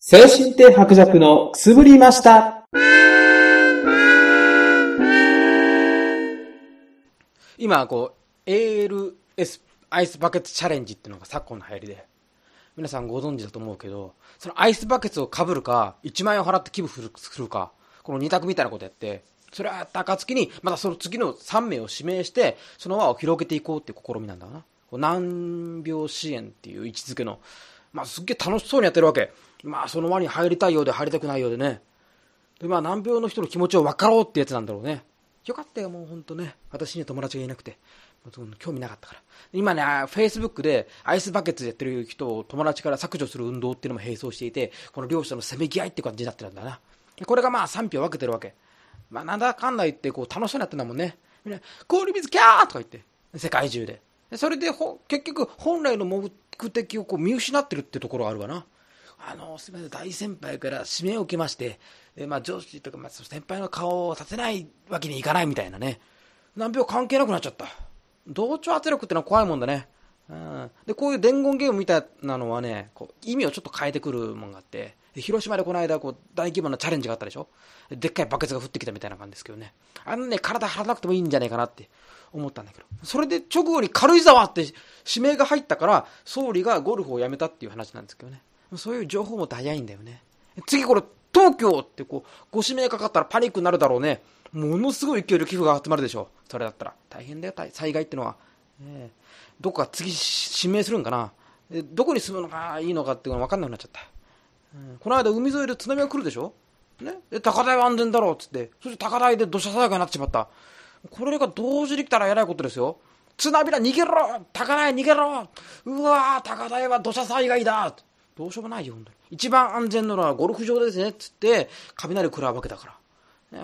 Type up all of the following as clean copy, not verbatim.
精神的薄弱のくすぶりました。 今ALS アイスバケツチャレンジっていうのが昨今の流行りで、皆さんご存知だと思うけど、そのアイスバケツを被るか1万円を払って寄付するか、この2択みたいなことやって、それはやった暁にまたその次の3名を指名してその輪を広げていこうっていう試みなんだな。難病支援っていう位置づけの、すっげえ楽しそうにやってるわけ。その輪に入りたいようで入りたくないようでね。で難病の人の気持ちを分かろうってやつなんだろうね。よかったよ、もうほんとね。私には友達がいなくて興味なかったから。今ね、Facebook でアイスバケツやってる人を友達から削除する運動っていうのも並走していて、この両者のせめぎ合いって感じになってるんだな。これが賛否を分けてるわけ。なんだかんだ言って楽しそうになってんだもんね。みんな氷水キャーとか言って世界中で。それで結局本来の目的を見失ってるってところがあるわな。すみません、大先輩から指名を受けまして、上司とか、先輩の顔を立てないわけにいかないみたいなね。難病関係なくなっちゃった。同調圧力ってのは怖いもんだね。でこういう伝言ゲームみたいなのはね、意味をちょっと変えてくるもんがあって、広島でこの間大規模なチャレンジがあったでしょ。でっかいバケツが降ってきたみたいな感じですけどね。体張らなくてもいいんじゃないかなって思ったんだけど、それで直後に軽井沢って指名が入ったから総理がゴルフをやめたっていう話なんですけどね。そういう情報も早いんだよね。次これ東京ってご指名かかったらパニックになるだろうね。ものすごい勢いで寄付が集まるでしょ。それだったら大変だよ、災害ってのは。どこか次指名するんかな。どこに住むのがいいのかっていうのが分かんなくなっちゃった。この間海沿いで津波が来るでしょ、高台は安全だろうっつって、そして高台で土砂災害になってしまった。これが同時に来たらやばいことですよ。津波だ逃げろ、高台逃げろ、うわー高台は土砂災害だ、どうしようもないよ本当に。一番安全なのはゴルフ場ですねっつって雷食らうわけだから、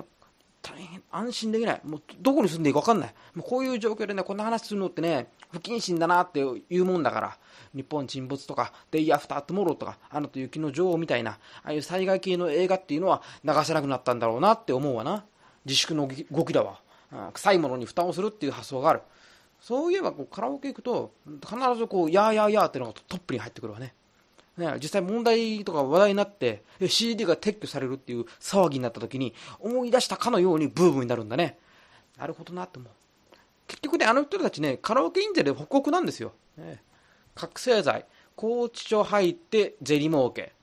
大変安心できない。もうどこに住んでいいか分かんない。もうこういう状況でね、こんな話するのってね、不謹慎だなっていうもんだから。日本沈没とかデイアフタートゥモローとかアナと雪の女王みたいな、ああいう災害系の映画っていうのは流せなくなったんだろうなって思うわな。自粛の動きだわ。臭いものに負担をするっていう発想がある。そういえばカラオケ行くと必ずヤーヤーヤーっていうのがトップに入ってくるわね。実際問題とか話題になって CD が撤去されるっていう騒ぎになった時に思い出したかのようにブームになるんだね。なるほどなって思う。結局ね、あの人たちね、カラオケ印税でホクホクなんですよ。覚醒剤、拘置所入って銭儲け、